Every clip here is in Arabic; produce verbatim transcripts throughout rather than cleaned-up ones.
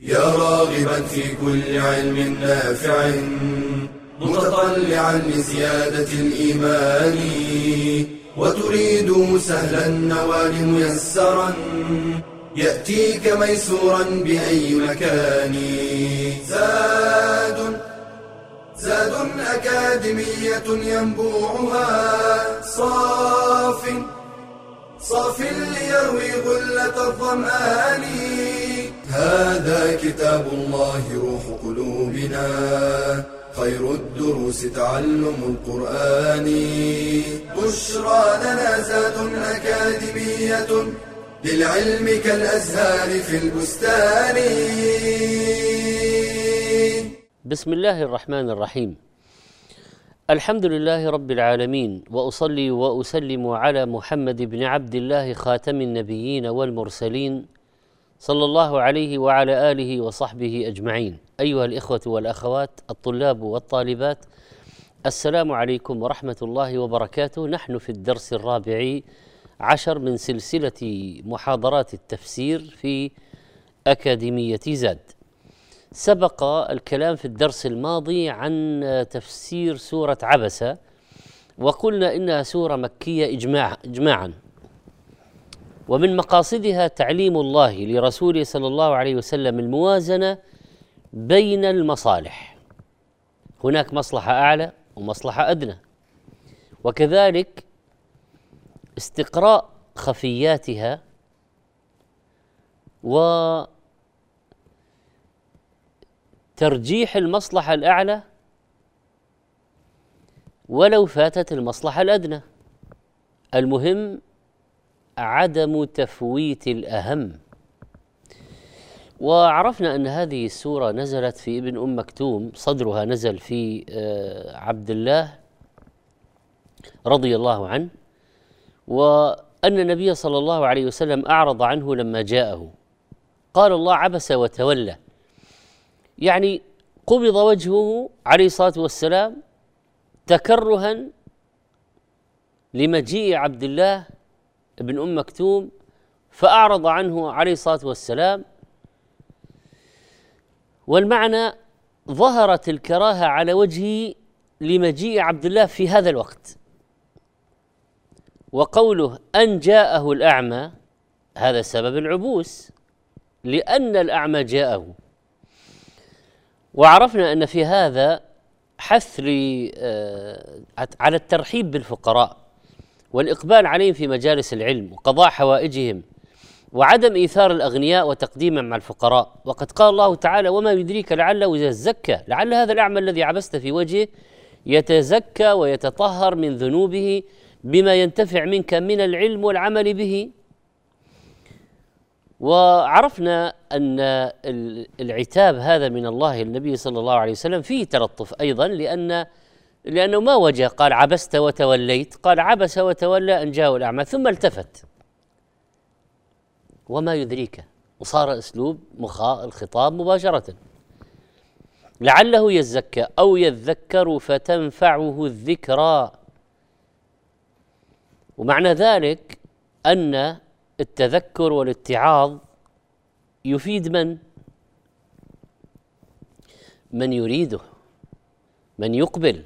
يا راغبا في كل علم نافع متطلعا لزيادة الإيمان وتريد سهلا النوال ميسرا يأتيك ميسورا بأي مكان. زاد زاد أكاديمية ينبوعها صاف صاف ليروي غلة الظمآن. هذا كتاب الله روح قلوبنا خير الدروس تعلم القرآن. بشرى لنا زاد أكاديمية للعلم كالأزهار في البستان. بسم الله الرحمن الرحيم. الحمد لله رب العالمين، وأصلي وأسلم على محمد بن عبد الله خاتم النبيين والمرسلين صلى الله عليه وعلى آله وصحبه أجمعين. أيها الإخوة والأخوات الطلاب والطالبات، السلام عليكم ورحمة الله وبركاته. نحن في الدرس الرابع عشر من سلسلة محاضرات التفسير في أكاديمية زاد. سبق الكلام في الدرس الماضي عن تفسير سورة عبسة، وقلنا إنها سورة مكية إجماع إجماعا، ومن مقاصدها تعليم الله لرسوله صلى الله عليه وسلم الموازنة بين المصالح. هناك مصلحة أعلى ومصلحة أدنى، وكذلك استقراء خفياتها وترجيح المصلحة الأعلى ولو فاتت المصلحة الأدنى. المهم عدم تفويت الأهم. وعرفنا أن هذه السورة نزلت في ابن أم مكتوم، صدرها نزل في عبد الله رضي الله عنه، وأن النبي صلى الله عليه وسلم أعرض عنه لما جاءه. قال الله عبس وتولى، يعني قبض وجهه عليه الصلاة والسلام تكرها لمجيء عبد الله ابن أم مكتوم، فأعرض عنه عليه الصلاة والسلام. والمعنى ظهرت الكراهة على وجهه لمجيء عبد الله في هذا الوقت. وقوله أن جاءه الأعمى هذا سبب العبوس، لأن الأعمى جاءه. وعرفنا أن في هذا حث على الترحيب بالفقراء والإقبال عليهم في مجالس العلم وقضاء حوائجهم، وعدم إيثار الأغنياء وتقديمهم مع الفقراء. وقد قال الله تعالى وما يدريك لعله يزكى، لعل هذا الأعمى الذي عبست في وجهه يتزكى ويتطهر من ذنوبه بما ينتفع منك من العلم والعمل به. وعرفنا أن العتاب هذا من الله النبي صلى الله عليه وسلم فيه تلطف أيضا، لأن لأنه ما وجه قال عبست وتوليت، قال عبس وتولى أن جاءه الأعمى ثم التفت. وما يدريك، وصار أسلوب مخاء الخطاب مباشرة. لعله يزكى أو يذكر فتنفعه الذكرى. ومعنى ذلك أن التذكر والاتعاظ يفيد من؟ من يريده، من يقبل،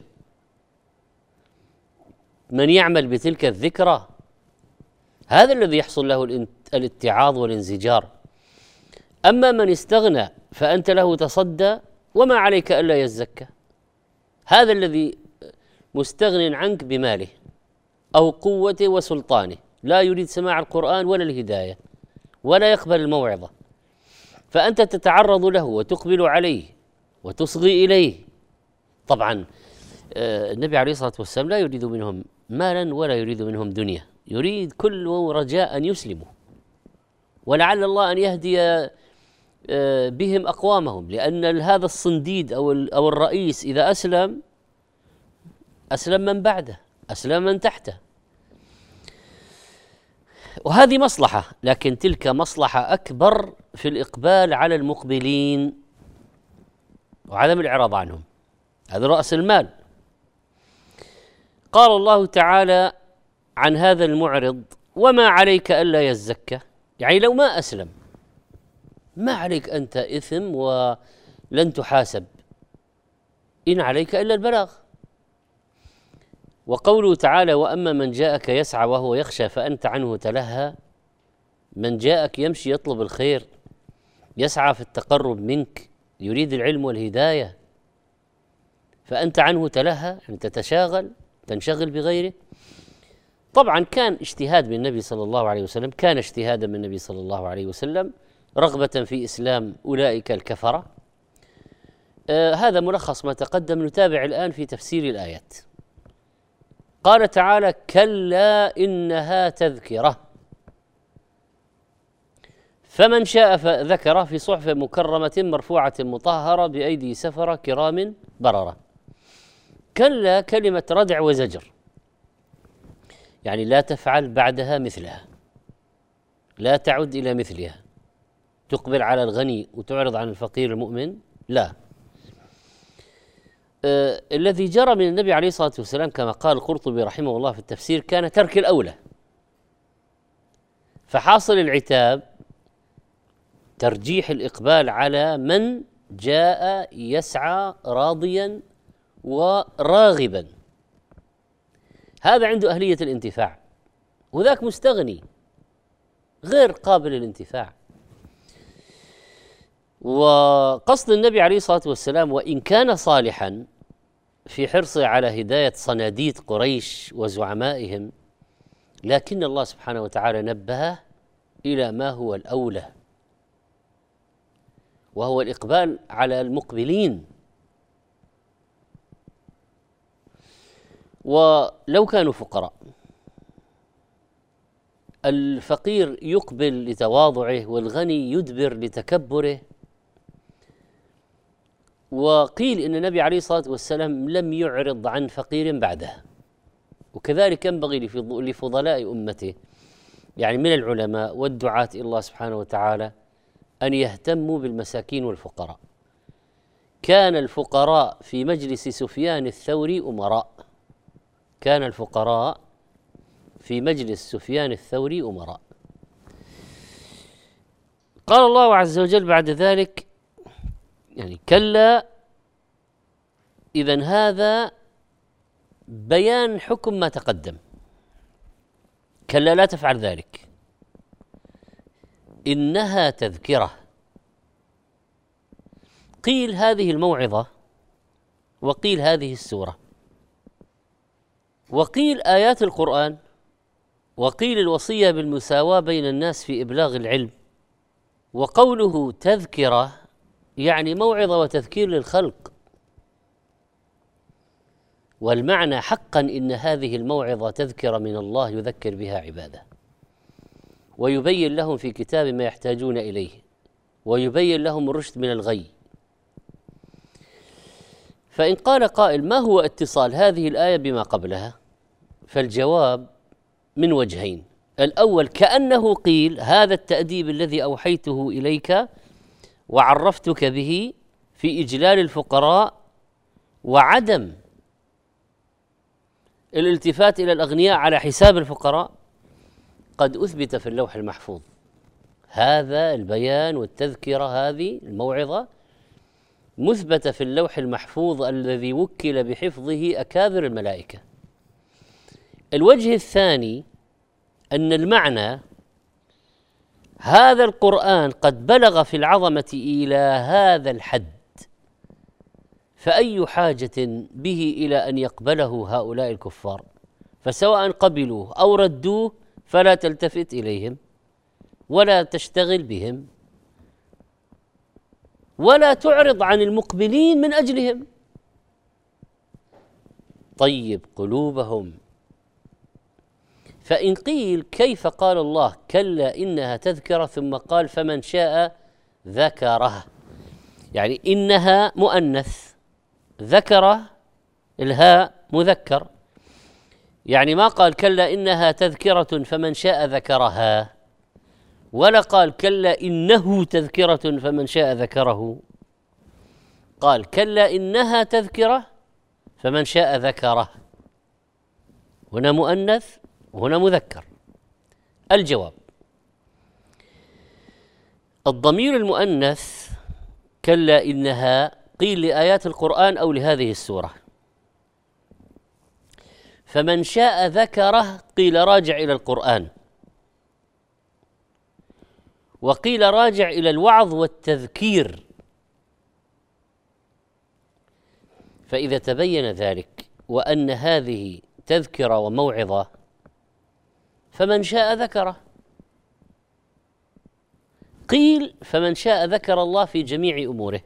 من يعمل بتلك الذكرى، هذا الذي يحصل له الاتعاظ والانزجار. أما من استغنى فأنت له تصدى وما عليك ألا يزكى، هذا الذي مستغن عنك بماله أو قوته وسلطانه، لا يريد سماع القرآن ولا الهداية ولا يقبل الموعظة، فأنت تتعرض له وتقبل عليه وتصغي إليه. طبعا النبي عليه الصلاة والسلام لا يريد منهم مالا ولا يريد منهم دنيا، يريد كل رجاء أن يسلموا، ولعل الله أن يهدي بهم أقوامهم، لأن هذا الصنديد أو أو الرئيس إذا أسلم أسلم من بعده، أسلم من تحته. وهذه مصلحة، لكن تلك مصلحة أكبر في الإقبال على المقبلين وعدم الإعراض عنهم، هذا رأس المال. قال الله تعالى عن هذا المعرض وما عليك ألا يزكى، يعني لو ما أسلم ما عليك أنت إثم ولن تحاسب، إن عليك إلا البلاغ. وقوله تعالى: وأما من جاءك يسعى وهو يخشى فأنت عنه تلهى، من جاءك يمشي يطلب الخير، يسعى في التقرب منك، يريد العلم والهداية، فأنت عنه تلهى، يعني تتشاغل تنشغل بغيره. طبعا كان اجتهاد من النبي صلى الله عليه وسلم، كان اجتهادا من النبي صلى الله عليه وسلم، رغبة في إسلام أولئك الكفرة. آه هذا ملخص ما تقدم. نتابع الآن في تفسير الآيات. قال تعالى: كلا إنها تذكرة فمن شاء فذكره في صحف مكرمة مرفوعة مطهرة بأيدي سفرة كرام بررة. كلا كلمة ردع وزجر، يعني لا تفعل بعدها مثلها، لا تعد إلى مثلها، تقبل على الغني وتعرض عن الفقير المؤمن، لا. آه الذي جرى من النبي عليه الصلاة والسلام كما قال القرطبي رحمه الله في التفسير كان ترك الأولى، فحاصل العتاب ترجيح الإقبال على من جاء يسعى راضيا وراغبا، هذا عنده أهلية الانتفاع، وذاك مستغني غير قابل للانتفاع. وقصد النبي عليه الصلاة والسلام وإن كان صالحا في حرصه على هداية صناديد قريش وزعمائهم، لكن الله سبحانه وتعالى نبه إلى ما هو الأولى، وهو الإقبال على المقبلين. ولو كانوا فقراء، الفقير يقبل لتواضعه والغني يدبر لتكبره. وقيل إن النبي عليه الصلاة والسلام لم يعرض عن فقير بعده، وكذلك ينبغي لفضلاء أمته، يعني من العلماء والدعاة إلى الله سبحانه وتعالى، أن يهتموا بالمساكين والفقراء. كان الفقراء في مجلس سفيان الثوري أمراء، كان الفقراء في مجلس سفيان الثوري أمراء. قال الله عز وجل بعد ذلك: يعني كلا، إذن هذا بيان حكم ما تقدم، كلا لا تفعل ذلك، إنها تذكرة. قيل هذه الموعظة، وقيل هذه السورة، وقيل آيات القرآن، وقيل الوصية بالمساواة بين الناس في إبلاغ العلم. وقوله تذكرة يعني موعظة وتذكير للخلق، والمعنى حقا إن هذه الموعظة تذكرة من الله يذكر بها عباده، ويبين لهم في كتاب ما يحتاجون إليه، ويبين لهم الرشد من الغي. فإن قال قائل: ما هو اتصال هذه الآية بما قبلها؟ فالجواب من وجهين. الأول كأنه قيل هذا التأديب الذي أوحيته إليك وعرفتك به في إجلال الفقراء وعدم الالتفات إلى الأغنياء على حساب الفقراء قد أثبت في اللوح المحفوظ. هذا البيان والتذكرة، هذه الموعظة مثبتة في اللوح المحفوظ الذي وكل بحفظه أكابر الملائكة. الوجه الثاني أن المعنى هذا القرآن قد بلغ في العظمة إلى هذا الحد، فأي حاجة به إلى أن يقبله هؤلاء الكفار؟ فسواء قبلوه أو ردوه فلا تلتفت إليهم ولا تشتغل بهم ولا تعرض عن المقبلين من أجلهم. طيب قلوبهم. فإن قيل كيف قال الله كلا إنها تذكرة ثم قال فمن شاء ذكره؟ يعني إنها مؤنث، ذكره الهاء مذكر، يعني ما قال كلا إنها تذكرة فمن شاء ذكرها، ولا قال كلا إنه تذكرة فمن شاء ذكره، قال كلا إنها تذكرة فمن شاء ذكره. هنا مؤنث وهنا مذكر. الجواب: الضمير المؤنث كلا إنها قيل لآيات القرآن أو لهذه السورة. فمن شاء ذكره قيل راجع إلى القرآن، وقيل راجع إلى الوعظ والتذكير. فإذا تبين ذلك وأن هذه تذكرة وموعظة فمن شاء ذكره. قيل فمن شاء ذكر الله في جميع أموره،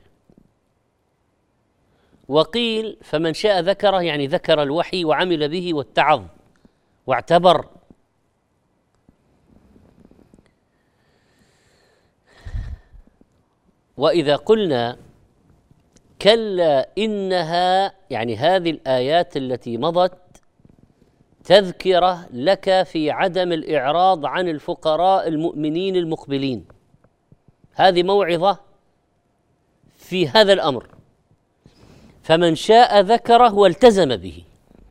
وقيل فمن شاء ذكره يعني ذكر الوحي وعمل به واتعظ واعتبر. وإذا قلنا كلا إنها يعني هذه الآيات التي مضت تذكرة لك في عدم الإعراض عن الفقراء المؤمنين المقبلين، هذه موعظة في هذا الأمر. فمن شاء ذكره والتزم به،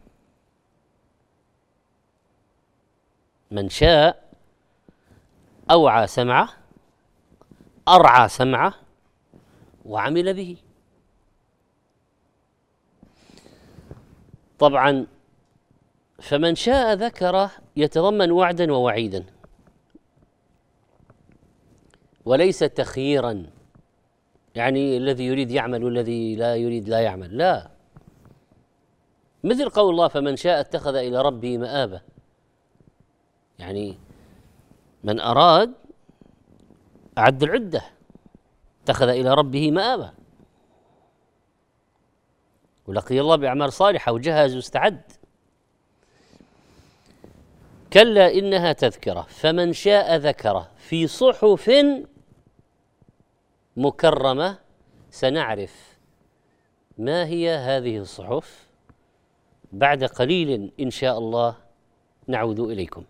من شاء أوعى سمعه أرعى سمعه وعمل به. طبعا فمن شاء ذكره يتضمن وعدا ووعيدا وليس تخييرا، يعني الذي يريد يعمل والذي لا يريد لا يعمل، لا. مثل قول الله فمن شاء اتخذ إلى ربه مآبا، يعني من أراد أعد العدة اتخذ إلى ربه مآبا ولقي الله بأعمال صالحة وجهز واستعد. كلا إنها تذكرة فمن شاء ذكره في صحف مكرمة. سنعرف ما هي هذه الصحف بعد قليل إن شاء الله. نعود إليكم.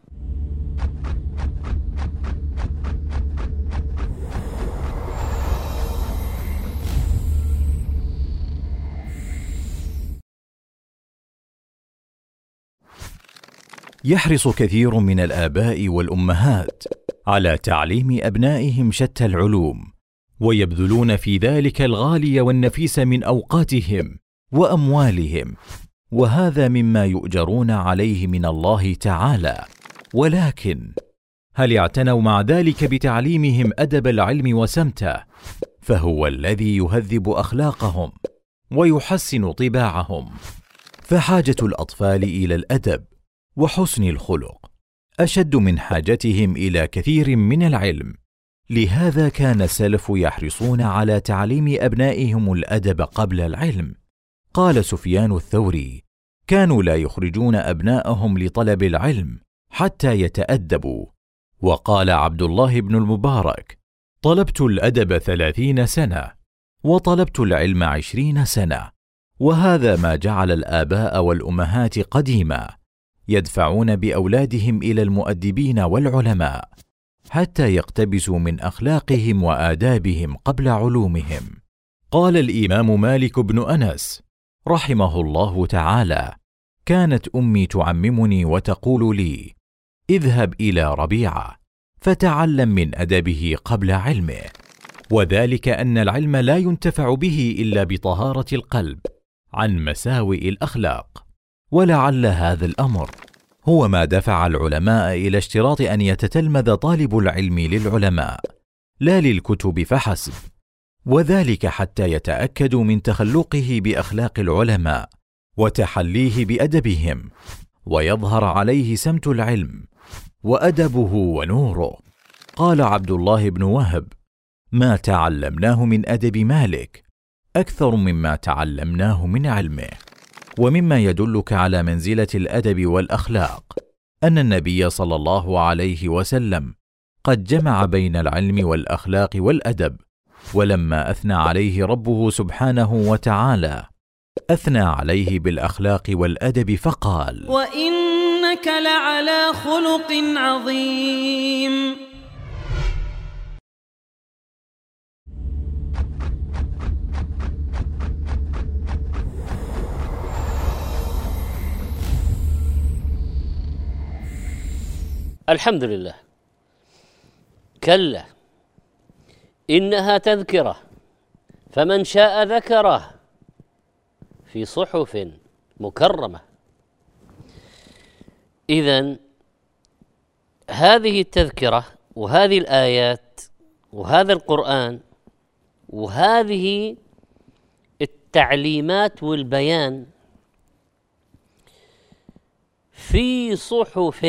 يحرص كثير من الآباء والأمهات على تعليم أبنائهم شتى العلوم، ويبذلون في ذلك الغالي والنفيس من أوقاتهم وأموالهم، وهذا مما يؤجرون عليه من الله تعالى. ولكن هل اعتنوا مع ذلك بتعليمهم أدب العلم وسمته؟ فهو الذي يهذب أخلاقهم ويحسن طباعهم. فحاجة الأطفال إلى الأدب وحسن الخلق أشد من حاجتهم إلى كثير من العلم. لهذا كان السلف يحرصون على تعليم أبنائهم الأدب قبل العلم. قال سفيان الثوري: كانوا لا يخرجون أبناءهم لطلب العلم حتى يتأدبوا. وقال عبد الله بن المبارك: طلبت الأدب ثلاثين سنة وطلبت العلم عشرين سنة. وهذا ما جعل الآباء والأمهات قديما يدفعون بأولادهم إلى المؤدبين والعلماء حتى يقتبسوا من أخلاقهم وآدابهم قبل علومهم. قال الإمام مالك بن أنس رحمه الله تعالى: كانت أمي تعممني وتقول لي: اذهب إلى ربيعة فتعلم من أدبه قبل علمه. وذلك أن العلم لا ينتفع به إلا بطهارة القلب عن مساوئ الأخلاق. ولعل هذا الأمر هو ما دفع العلماء إلى اشتراط أن يتتلمذ طالب العلم للعلماء لا للكتب فحسب، وذلك حتى يتأكدوا من تخلقه بأخلاق العلماء وتحليه بأدبهم، ويظهر عليه سمت العلم وأدبه ونوره. قال عبد الله بن وهب: ما تعلمناه من أدب مالك أكثر مما تعلمناه من علمه. ومما يدلك على منزلة الأدب والأخلاق أن النبي صلى الله عليه وسلم قد جمع بين العلم والأخلاق والأدب. ولما أثنى عليه ربه سبحانه وتعالى أثنى عليه بالأخلاق والأدب فقال: وإنك لعلى خلق عظيم. الحمد لله. كلا إنها تذكرة فمن شاء ذكره في صحف مكرمة. إذن هذه التذكرة وهذه الآيات وهذا القرآن وهذه التعليمات والبيان في صحف،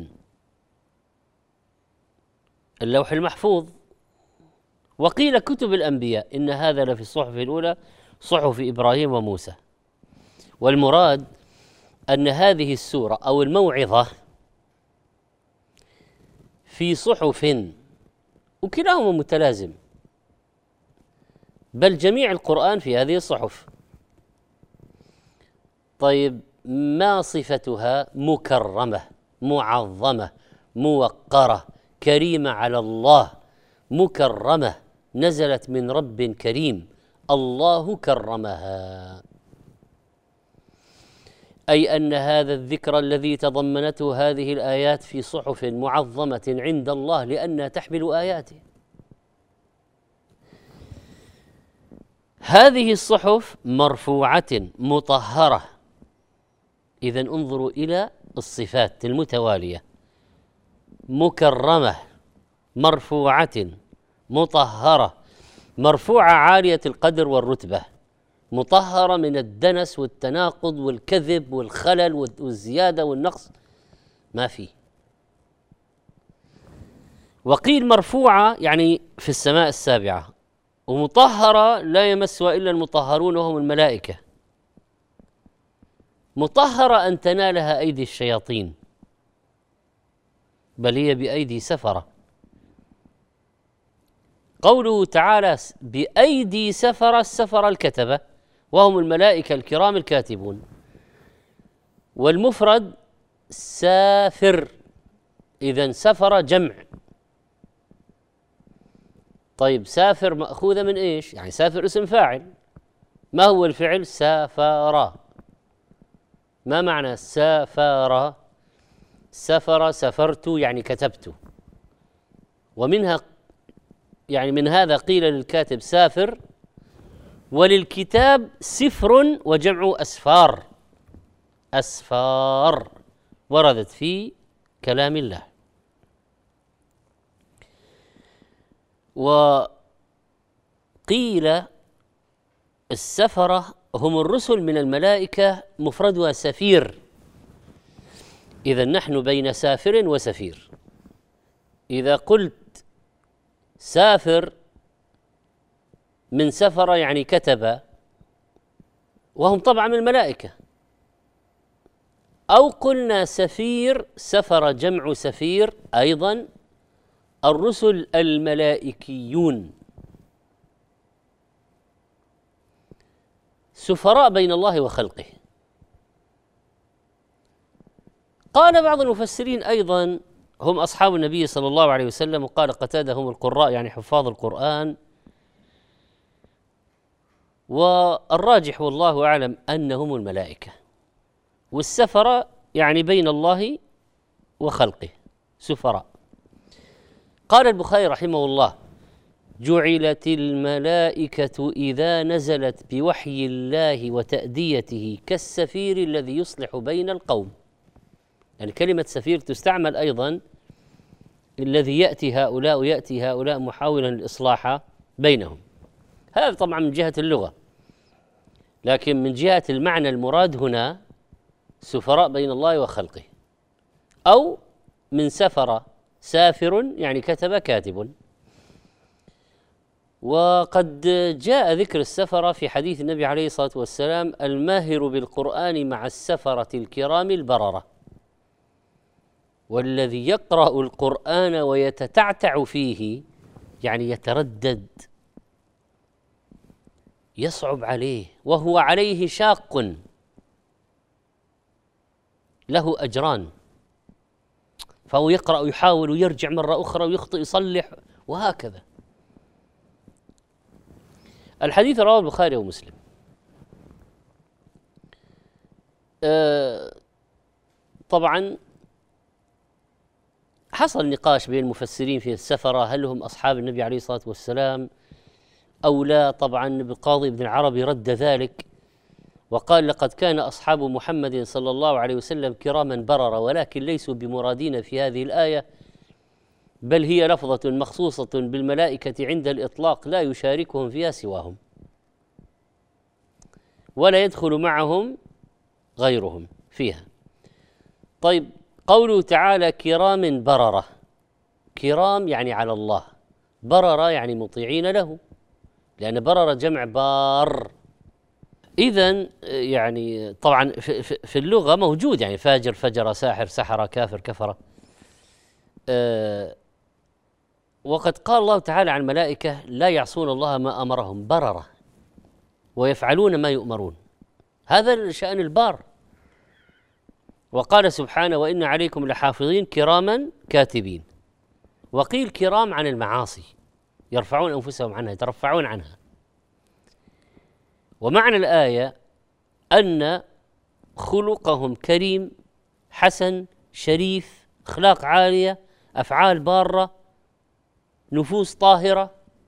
اللوح المحفوظ، وقيل كتب الأنبياء، إن هذا لفي الصحف الأولى صحف إبراهيم وموسى. والمراد أن هذه السورة أو الموعظة في صحف، وكلاهما متلازم، بل جميع القرآن في هذه الصحف. طيب ما صفتها؟ مكرمة، معظمة، موقرة، كريمة على الله، مكرمة، نزلت من رب كريم، الله كرمها. أي أن هذا الذكر الذي تضمنته هذه الآيات في صحف معظمة عند الله لأنها تحمل آياته. هذه الصحف مرفوعة مطهرة. إذن انظروا إلى الصفات المتوالية: مكرمة، مرفوعة، مطهرة. مرفوعة عالية القدر والرتبة، مطهرة من الدنس والتناقض والكذب والخلل والزيادة والنقص، ما في. وقيل مرفوعة يعني في السماء السابعة، ومطهرة لا يمسها إلا المطهرون وهم الملائكة. مطهرة أن تنالها أيدي الشياطين، بل هي بأيدي سفرة. قوله تعالى بأيدي سفرة، السفرة الكتبة وهم الملائكة الكرام الكاتبون. والمفرد سافر، إذن سفر جمع. طيب سافر مأخوذة من إيش؟ يعني سافر اسم فاعل. ما هو الفعل؟ سافر. ما معنى سافر؟ سفر، سفرت يعني كتبت. ومنها يعني من هذا قيل للكاتب سافر، وللكتاب سفر وجمع أسفار. أسفار وردت في كلام الله. وقيل السفرة هم الرسل من الملائكة، مفردها سفير. إذا نحن بين سافر وسفير. إذا قلت سافر من سفر يعني كتب، وهم طبعا من الملائكة. أو قلنا سفير، سفر جمع سفير، أيضا الرسل الملائكيون. سفراء بين الله وخلقه. قال بعض المفسرين أيضا هم أصحاب النبي صلى الله عليه وسلم، وقال قتادة هم القراء يعني حفاظ القرآن. والراجح والله أعلم أنهم الملائكة. والسفر يعني بين الله وخلقه، سفراء. قال البخاري رحمه الله: جعلت الملائكة إذا نزلت بوحي الله وتأديته كالسفير الذي يصلح بين القوم. يعني كلمة سفير تستعمل أيضا الذي يأتي هؤلاء ويأتي هؤلاء محاولا الإصلاح بينهم. هذا طبعا من جهة اللغة، لكن من جهة المعنى المراد هنا سفراء بين الله وخلقه. أو من سفر، سافر يعني كتب، كاتب. وقد جاء ذكر السفر في حديث النبي عليه الصلاة والسلام: الماهر بالقرآن مع السفرة الكرام البررة. والذي يقرأ القرآن ويتتعتع فيه يعني يتردد، يصعب عليه وهو عليه شاق، له أجران. فهو يقرأ ويحاول ويرجع مرة أخرى ويخطئ يصلح وهكذا. الحديث رواه البخاري ومسلم. آه طبعا حصل نقاش بين المفسرين في السفرة، هل هم أصحاب النبي عليه الصلاة والسلام أو لا. طبعا القاضي ابن العربي رد ذلك وقال: لقد كان أصحاب محمد صلى الله عليه وسلم كراما بررة، ولكن ليسوا بمرادين في هذه الآية، بل هي لفظة مخصوصة بالملائكة عند الإطلاق لا يشاركهم فيها سواهم، ولا يدخل معهم غيرهم فيها. طيب، قوله تعالى كرام بررة، كرام يعني على الله، بررة يعني مطيعين له، لأن بررة جمع بار. إذن يعني طبعا في اللغة موجود يعني فاجر، فجر، ساحر، سحر، كافر، كفر. أه وقد قال الله تعالى عن الملائكة: لا يعصون الله ما أمرهم، بررة، ويفعلون ما يؤمرون. هذا شأن البار. وقال سبحانه: وإن عليكم لحافظين كراما كاتبين. وقيل كرام عن المعاصي، يرفعون أنفسهم عنها، يترفعون عنها. ومعنى الآية أن خلقهم كريم، حسن، شريف، أخلاق عالية، أفعال بارة، نفوس طاهرة.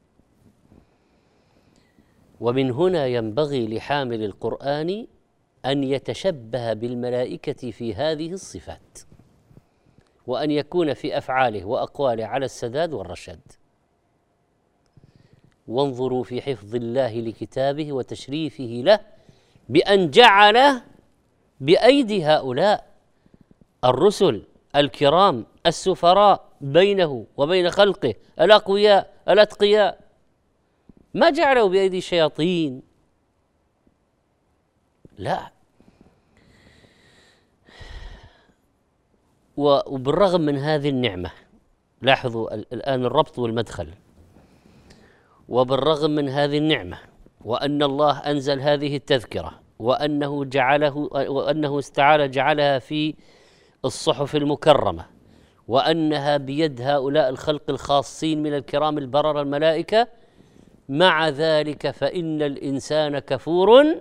ومن هنا ينبغي لحامل القرآن أن يتشبه بالملائكة في هذه الصفات، وأن يكون في أفعاله وأقواله على السداد والرشاد. وانظروا في حفظ الله لكتابه وتشريفه له بأن جعله بأيدي هؤلاء الرسل الكرام السفراء بينه وبين خلقه الأقوياء الأتقياء، ما جعله بأيدي الشياطين، لا. وبالرغم من هذه النعمة، لاحظوا الآن الربط والمدخل، وبالرغم من هذه النعمة وأن الله أنزل هذه التذكرة، وأنه جعله وأنه استعال جعلها في الصحف المكرمة، وأنها بيد هؤلاء الخلق الخاصين من الكرام البررة الملائكة، مع ذلك فإن الإنسان كفور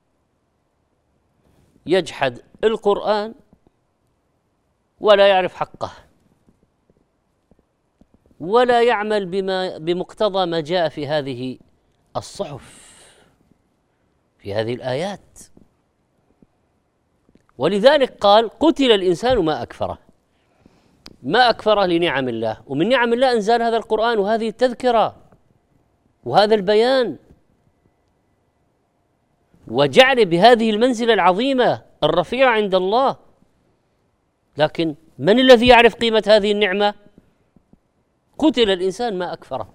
يجحد القرآن ولا يعرف حقه، ولا يعمل بما بمقتضى ما جاء في هذه الصحف، في هذه الآيات. ولذلك قال: قتل الإنسان ما أكفره. ما أكفره لنعم الله، ومن نعم الله أنزال هذا القرآن وهذه التذكرة وهذا البيان، وجعل بهذه المنزلة العظيمة الرفيعة عند الله. لكن من الذي يعرف قيمة هذه النعمة؟ قتل الإنسان ما أكفره،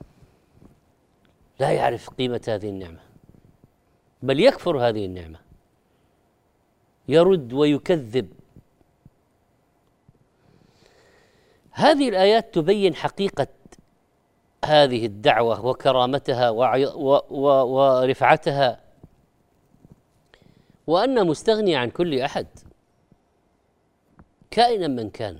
لا يعرف قيمة هذه النعمة، بل يكفر هذه النعمة، يرد ويكذب. هذه الآيات تبين حقيقة هذه الدعوة وكرامتها ورفعتها، وأن مستغني عن كل أحد كائنا من كان.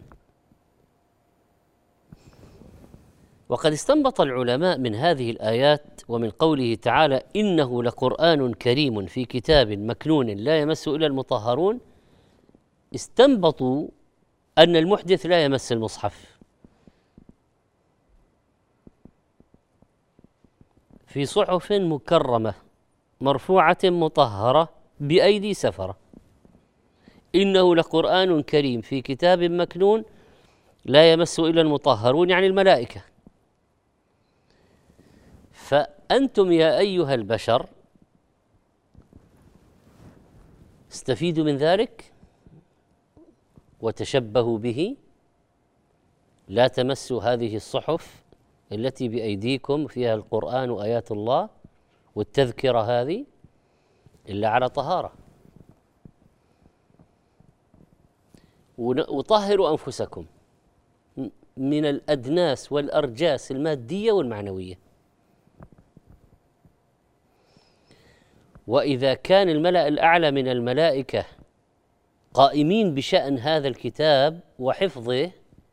وقد استنبط العلماء من هذه الآيات ومن قوله تعالى: إنه لقرآن كريم في كتاب مكنون لا يمسه إلا المطهرون، استنبطوا أن المحدث لا يمس المصحف، في صحف مكرمة مرفوعة مطهرة بأيدي سفرة. إنه لقرآن كريم في كتاب مكنون لا يمسه إلا المطهرون، يعني الملائكة. فأنتم يا أيها البشر استفيدوا من ذلك وتشبهوا به، لا تمسوا هذه الصحف التي بأيديكم فيها القرآن وآيات الله والتذكرة هذه إلا على طهارة، وطهروا أنفسكم من الأدناس والأرجاس المادية والمعنوية. وإذا كان الملأ الأعلى من الملائكة قائمين بشأن هذا الكتاب وحفظه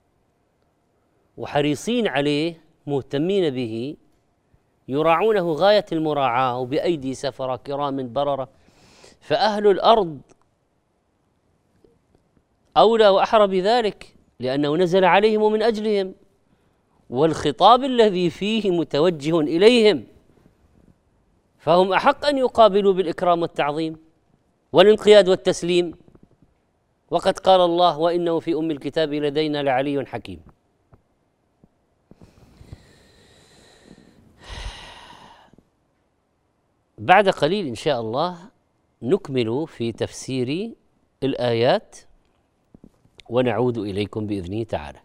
وحريصين عليه مهتمين به يراعونه غاية المراعاة وبأيدي سفرة كرام بررة، فأهل الأرض أولى وأحرى بذلك، لأنه نزل عليهم ومن أجلهم، والخطاب الذي فيه متوجه إليهم، فهم أحق أن يقابلوا بالإكرام والتعظيم والانقياد والتسليم. وقد قال الله: وإنه في أم الكتاب لدينا لعلي حكيم. بعد قليل إن شاء الله نكمل في تفسير الآيات ونعود إليكم بإذنه تعالى.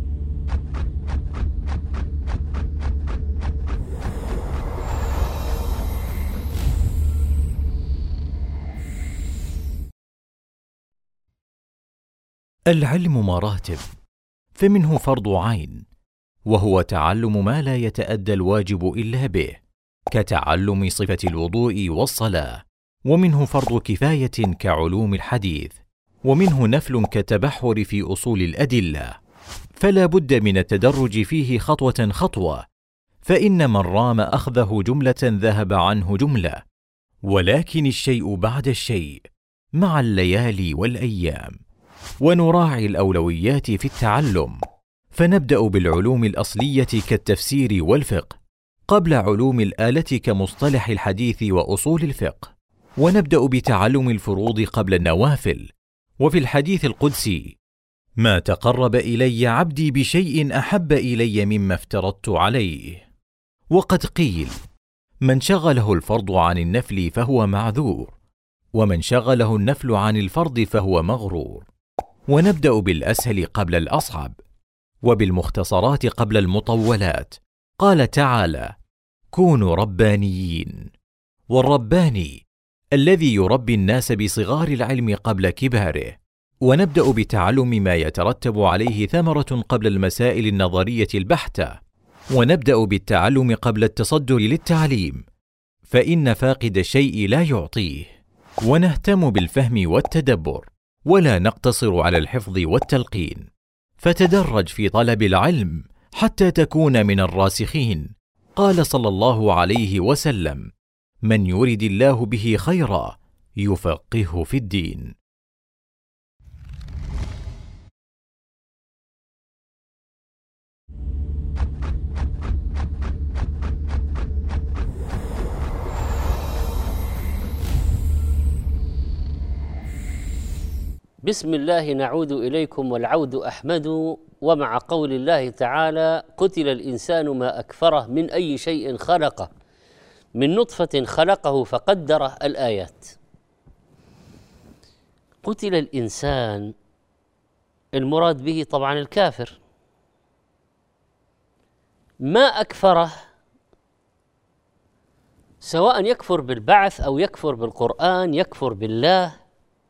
العلم مراتب، فمنه فرض عين، وهو تعلم ما لا يتأدى الواجب إلا به، كتعلم صفة الوضوء والصلاة، ومنه فرض كفاية كعلوم الحديث، ومنه نفل كالتبحر في أصول الأدلة، فلا بد من التدرج فيه خطوة خطوة، فإن من رام أخذه جملة ذهب عنه جملة، ولكن الشيء بعد الشيء مع الليالي والأيام. ونراعي الأولويات في التعلم، فنبدأ بالعلوم الأصلية كالتفسير والفقه قبل علوم الآلة كمصطلح الحديث وأصول الفقه، ونبدأ بتعلم الفروض قبل النوافل. وفي الحديث القدسي: ما تقرب إلي عبدي بشيء أحب إلي مما افترضت عليه. وقد قيل: من شغله الفرض عن النفل فهو معذور، ومن شغله النفل عن الفرض فهو مغرور. ونبدأ بالأسهل قبل الأصعب، وبالمختصرات قبل المطولات. قال تعالى: كونوا ربانيين. والرباني الذي يربي الناس بصغار العلم قبل كباره. ونبدأ بتعلم ما يترتب عليه ثمرة قبل المسائل النظرية البحتة. ونبدأ بالتعلم قبل التصدر للتعليم، فإن فاقد الشيء لا يعطيه. ونهتم بالفهم والتدبر، ولا نقتصر على الحفظ والتلقين، فتدرج في طلب العلم حتى تكون من الراسخين. قال صلى الله عليه وسلم: من يرد الله به خيرا يفقهه في الدين. بسم الله نعود إليكم والعود أحمد. ومع قول الله تعالى: قتل الإنسان ما أكفره من أي شيء خلقه من نطفة خلقه فقدره. الآيات. قتل الإنسان المراد به طبعا الكافر. ما أكفره، سواء يكفر بالبعث أو يكفر بالقرآن، يكفر بالله.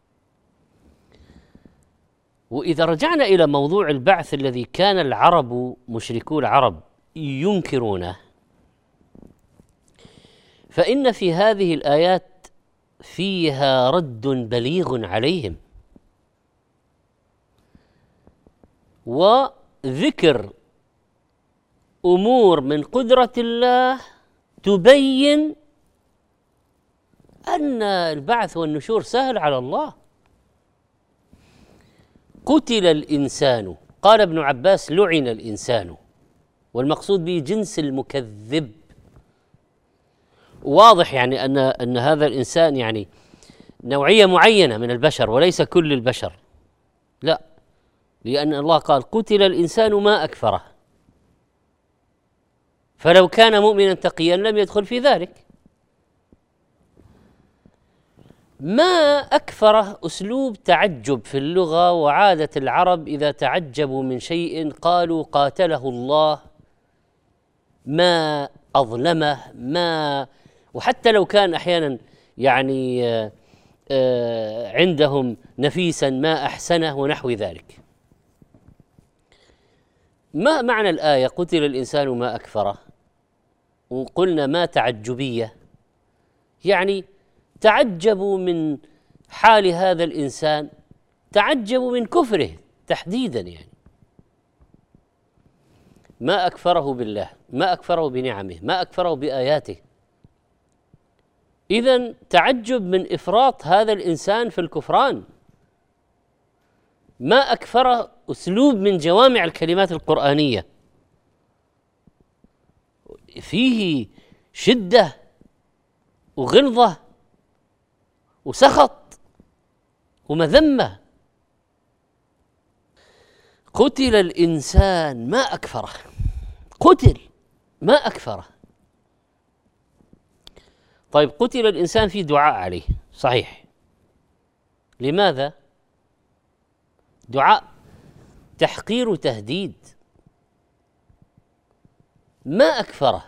وإذا رجعنا إلى موضوع البعث الذي كان العرب مشركو العرب ينكرونه، فإن في هذه الآيات فيها رد بليغ عليهم، وذكر أمور من قدرة الله تبين أن البعث والنشور سهل على الله. قتل الإنسان، قال ابن عباس: لعن الإنسان، والمقصود به جنس المكذب. واضح يعني أن أن هذا الإنسان يعني نوعية معينة من البشر وليس كل البشر، لا، لأن الله قال: قتل الإنسان ما أكفره، فلو كان مؤمنا تقيا لم يدخل في ذلك. ما أكفره أسلوب تعجب في اللغة، وعادة العرب إذا تعجبوا من شيء قالوا قاتله الله، ما أظلمه، ما، وحتى لو كان أحيانا يعني آآ آآ عندهم نفيسا ما أحسنه ونحو ذلك. ما معنى الآية قتل الإنسان ما أكفره؟ وقلنا ما تعجبية، يعني تعجبوا من حال هذا الإنسان، تعجبوا من كفره تحديدا، يعني ما أكفره بالله، ما أكفره بنعمه، ما أكفره بآياته. إذن تعجب من إفراط هذا الإنسان في الكفران. ما أكفره أسلوب من جوامع الكلمات القرآنية، فيه شدة وغلظة وسخط ومذمة. قتل الإنسان ما أكفره، قتل ما أكفره. طيب قتل الإنسان في دعاء عليه صحيح، لماذا؟ دعاء تحقير وتهديد، ما أكفره،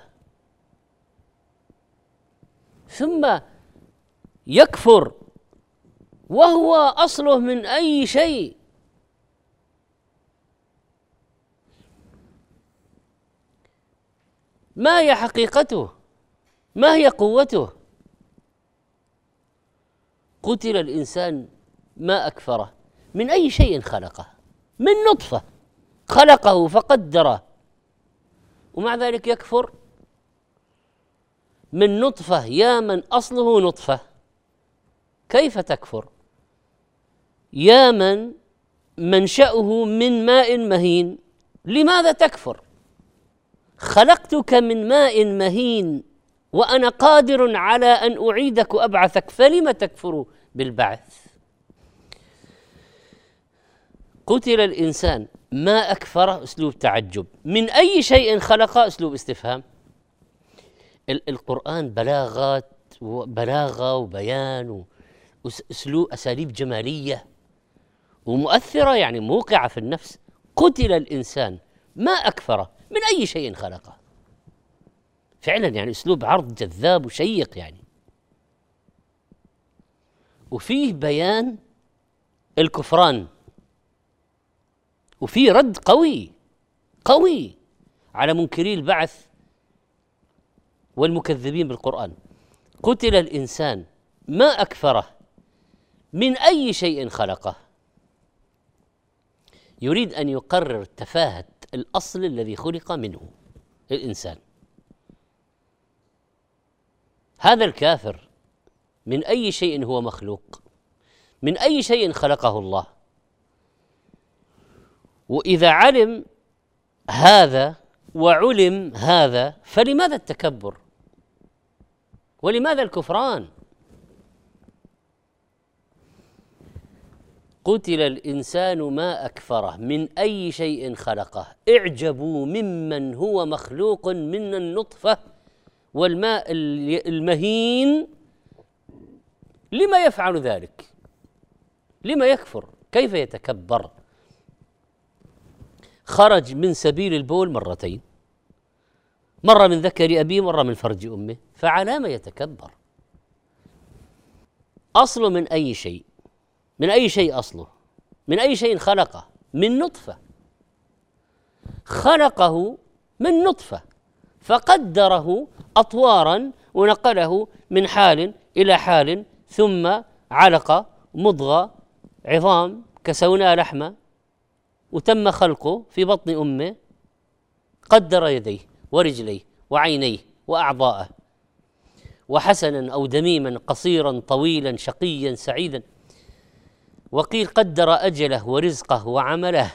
ثم يكفر وهو أصله من أي شيء. ما هي حقيقته؟ ما هي قوته؟ قتل الإنسان ما أكفره، من أي شيء خلقه؟ من نطفة خلقه فقدره، ومع ذلك يكفر. من نطفة، يا من أصله نطفة كيف تكفر؟ يا من منشأه من ماء مهين لماذا تكفر؟ خلقتك من ماء مهين وأنا قادر على أن أعيدك وأبعثك، فلم تكفر بالبعث؟ قتل الإنسان ما أكفره أسلوب تعجب، من أي شيء خلق أسلوب استفهام. القرآن بلاغات وبلاغة وبيان وأسلوب أساليب جمالية ومؤثرة، يعني موقعة في النفس. قتل الإنسان ما أكفره، من أي شيء خلقه. فعلا يعني أسلوب عرض جذاب وشيق يعني، وفيه بيان الكفران، وفيه رد قوي قوي على منكري البعث والمكذبين بالقرآن. قتل الإنسان ما أكفره، من أي شيء خلقه. يريد أن يقرر تفاهة الأصل الذي خلق منه الإنسان. هذا الكافر من أي شيء هو مخلوق؟ من أي شيء خلقه الله؟ وإذا علم هذا وعلم هذا فلماذا التكبر؟ ولماذا الكفران؟ قتل الإنسان ما أكفره، من أي شيء خلقه. اعجبوا ممن هو مخلوق من النطفة والماء المهين، لما يفعل ذلك؟ لما يكفر؟ كيف يتكبر؟ خرج من سبيل البول مرتين، مرة من ذكر أبيه مرة من فرج أمه، فعلى ما يتكبر؟ أصله من أي شيء؟ من أي شيء أصله؟ من أي شيء خلقه؟ من نطفة، خلقه من نطفة فقدره أطوارا ونقله من حال إلى حال، ثم علقة مضغة عظام كسونا لحمة، وتم خلقه في بطن أمه. قدر يديه ورجليه وعينيه وأعضاءه، وحسنا أو دميما، قصيرا طويلا، شقيا سعيدا. وقيل قدر أجله ورزقه وعمله.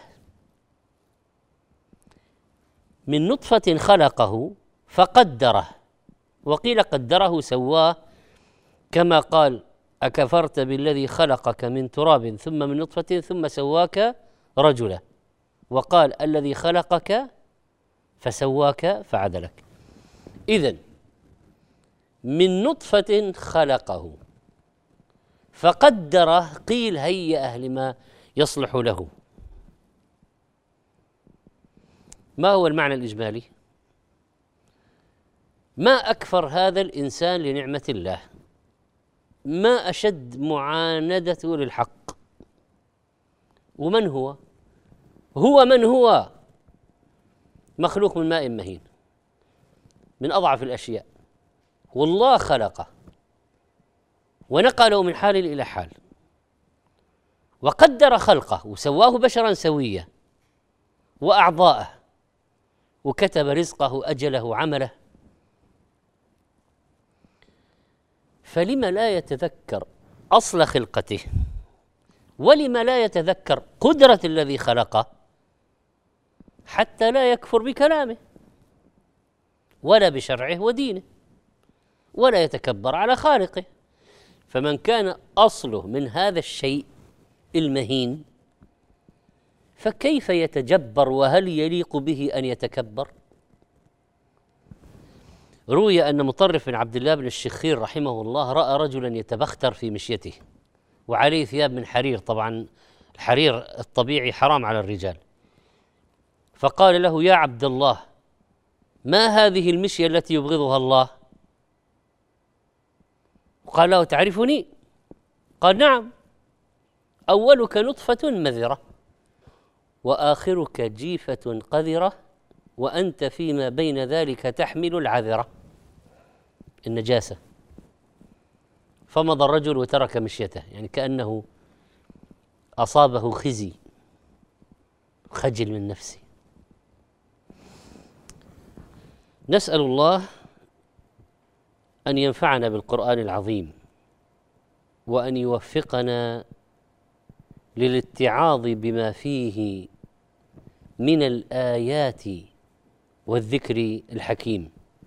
من نطفة خلقه فقدره، وقيل قدره سواه، كما قال أكفرت بالذي خلقك من تراب ثم من نطفة ثم سواك رجلا، وقال الذي خلقك فسواك فعدلك. إذن من نطفة خلقه فقدره، قيل هيأه لما يصلح له. ما هو المعنى الإجمالي؟ ما أكفر هذا الإنسان لنعمة الله، ما أشد معاندته للحق. ومن هو؟ هو من هو؟ مخلوق من ماء مهين، من أضعف الأشياء، والله خلقه ونقله من حال إلى حال، وقدر خلقه وسواه بشرا سويا، وأعضاءه، وكتب رزقه أجله عمله. فلم لا يتذكر أصل خلقته ولما لا يتذكر قدرة الذي خلقه حتى لا يكفر بكلامه ولا بشرعه ودينه ولا يتكبر على خالقه. فمن كان أصله من هذا الشيء المهين فكيف يتجبر وهل يليق به أن يتكبر؟ روي أن مطرف بن عبد الله بن الشخير رحمه الله رأى رجلا يتبختر في مشيته وعليه ثياب من حرير، طبعا الحرير الطبيعي حرام على الرجال، فقال له: يا عبد الله، ما هذه المشية التي يبغضها الله؟ قال له: تعرفني؟ قال: نعم، أولك نطفة مذرة وآخرك جيفة قذرة وأنت فيما بين ذلك تحمل العذرة، النجاسة. فمضى الرجل وترك مشيته، يعني كأنه أصابه خزي، خجل من نفسه. نسأل الله أن ينفعنا بالقرآن العظيم وأن يوفقنا للاتعاظ بما فيه من الآيات والذكر الحكيم.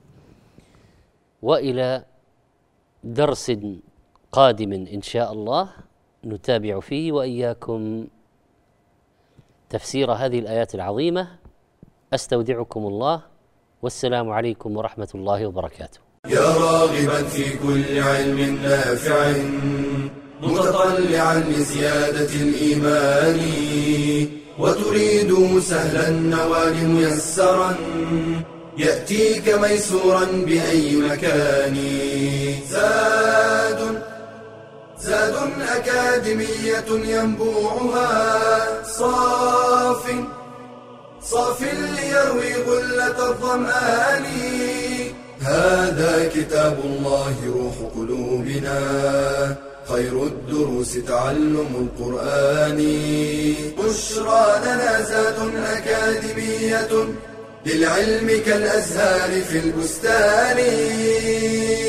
وإلى درس قادم إن شاء الله نتابع فيه وإياكم تفسير هذه الآيات العظيمة. أستودعكم الله، والسلام عليكم ورحمة الله وبركاته. يا راغبا في كل علم نافع متطلعا لزيادة الإيمان وتريد سهلا النوال ميسرا يأتيك ميسورا بأي مكان. زاد زاد أكاديمية ينبوعها صاف صاف ليروي غلة الظمآن. هذا كتاب الله روح قلوبنا، خير الدروس تعلم القرآن. بشرى لنا زاد أكاديمية للعلم كالأزهار في البستان.